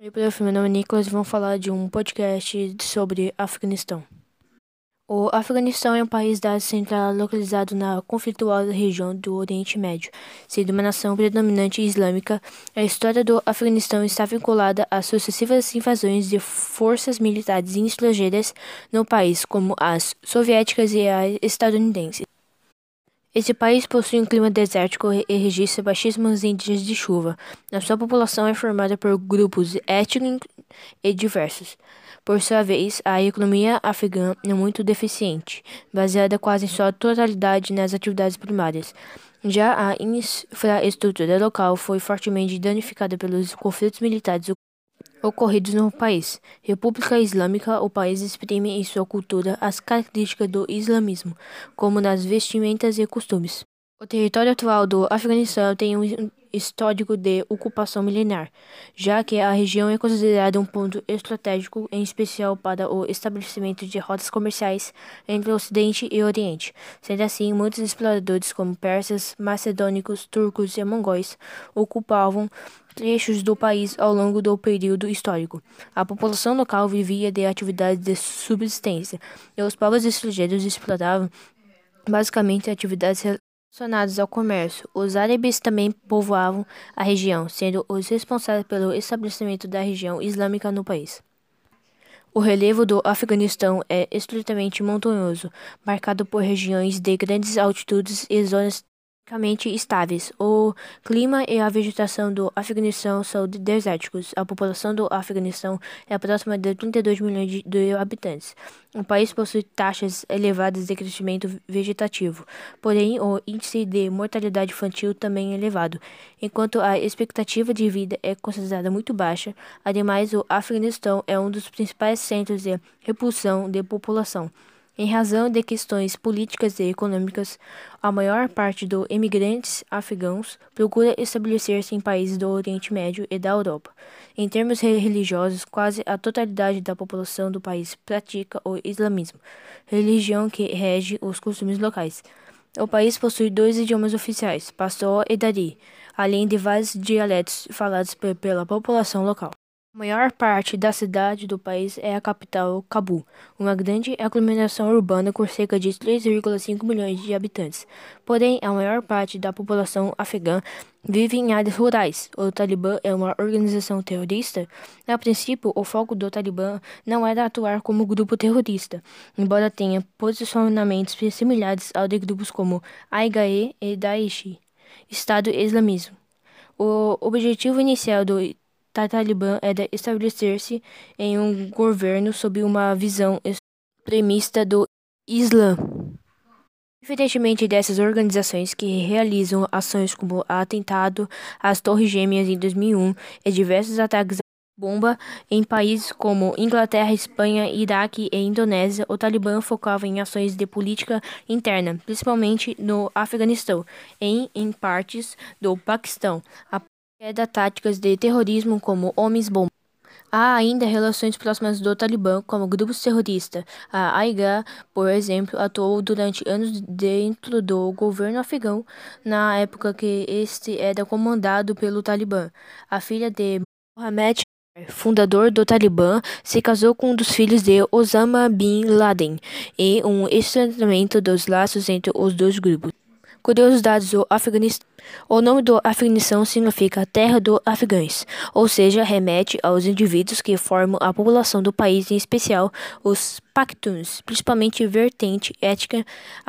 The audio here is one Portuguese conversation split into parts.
Oi, prof, meu nome é Nicolas e vamos falar de um podcast sobre Afeganistão. O Afeganistão é um país da Ásia Central localizado na conflituosa região do Oriente Médio. Sendo uma nação predominante islâmica, a história do Afeganistão está vinculada às sucessivas invasões de forças militares estrangeiras no país, como as soviéticas e as estadunidenses. Esse país possui um clima desértico e registra baixíssimos índices de chuva. A sua população é formada por grupos étnicos e diversos. Por sua vez, a economia afegã é muito deficiente, baseada quase em sua totalidade nas atividades primárias. Já a infraestrutura local foi fortemente danificada pelos conflitos militares ocorridos no país. República Islâmica, o país exprime em sua cultura as características do islamismo, como nas vestimentas e costumes. O território atual do Afeganistão tem um histórico de ocupação milenar, já que a região é considerada um ponto estratégico, em especial para o estabelecimento de rotas comerciais entre o Ocidente e o Oriente. Sendo assim, muitos exploradores, como persas, macedônicos, turcos e mongóis, ocupavam trechos do país ao longo do período histórico. A população local vivia de atividades de subsistência, e os povos estrangeiros exploravam basicamente atividades relacionadas ao comércio. Os árabes também povoavam a região, sendo os responsáveis pelo estabelecimento da região islâmica no país. O relevo do Afeganistão é estritamente montanhoso, marcado por regiões de grandes altitudes e zonas climaticamente estáveis. O clima e a vegetação do Afeganistão são desérticos. A população do Afeganistão é próxima de 32 milhões de habitantes. O país possui taxas elevadas de crescimento vegetativo, porém o índice de mortalidade infantil também é elevado, enquanto a expectativa de vida é considerada muito baixa. Ademais, o Afeganistão é um dos principais centros de repulsão de população. Em razão de questões políticas e econômicas, a maior parte dos imigrantes afegãos procura estabelecer-se em países do Oriente Médio e da Europa. Em termos religiosos, quase a totalidade da população do país pratica o islamismo, religião que rege os costumes locais. O país possui dois idiomas oficiais, pastô e dari, além de vários dialetos falados pela população local. A maior parte da cidade do país é a capital, Cabul, uma grande aglomeração urbana com cerca de 3,5 milhões de habitantes. Porém, a maior parte da população afegã vive em áreas rurais. O Talibã é uma organização terrorista. A princípio, o foco do Talibã não era atuar como grupo terrorista, embora tenha posicionamentos similares ao de grupos como AIGE e Daesh, Estado Islamismo. O objetivo inicial do Talibã era estabelecer-se em um governo sob uma visão extremista do Islã. Diferentemente dessas organizações que realizam ações como o atentado às Torres Gêmeas em 2001 e diversos ataques à bomba em países como Inglaterra, Espanha, Iraque e Indonésia, o Talibã focava em ações de política interna, principalmente no Afeganistão e em partes do Paquistão, da táticas de terrorismo como homens-bomba. Há ainda relações próximas do Talibã como grupos terroristas. A AIGA, por exemplo, atuou durante anos dentro do governo afegão, na época que este era comandado pelo Talibã. A filha de Mohammed, fundador do Talibã, se casou com um dos filhos de Osama Bin Laden, e um estreitamento dos laços entre os dois grupos. Curiosidades do Afeganistão. O nome do Afeganistão significa Terra dos Afegães, ou seja, remete aos indivíduos que formam a população do país, em especial os Pashtuns, principalmente vertente étnica.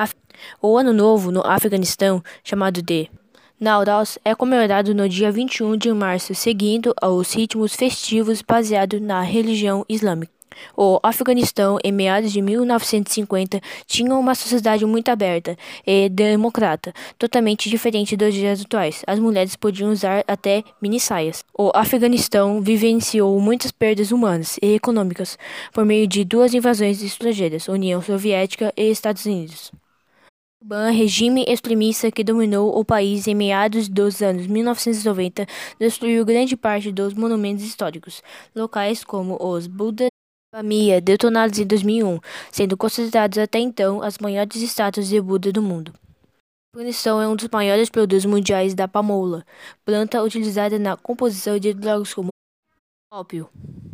O Ano Novo no Afeganistão, chamado de Nowruz, é comemorado no dia 21 de março, seguindo aos ritmos festivos baseados na religião islâmica. O Afeganistão, em meados de 1950, tinha uma sociedade muito aberta e democrata, totalmente diferente dos dias atuais. As mulheres podiam usar até mini-saias. O Afeganistão vivenciou muitas perdas humanas e econômicas por meio de duas invasões estrangeiras, União Soviética e Estados Unidos. O Talibã, regime extremista que dominou o país em meados dos anos 1990, destruiu grande parte dos monumentos históricos locais, como os Budas Bamia, detonados em 2001, sendo considerados até então as maiores estátuas de Buda do mundo. O Afeganistão é um dos maiores produtores mundiais da pamoula, planta utilizada na composição de drogas como Ópio.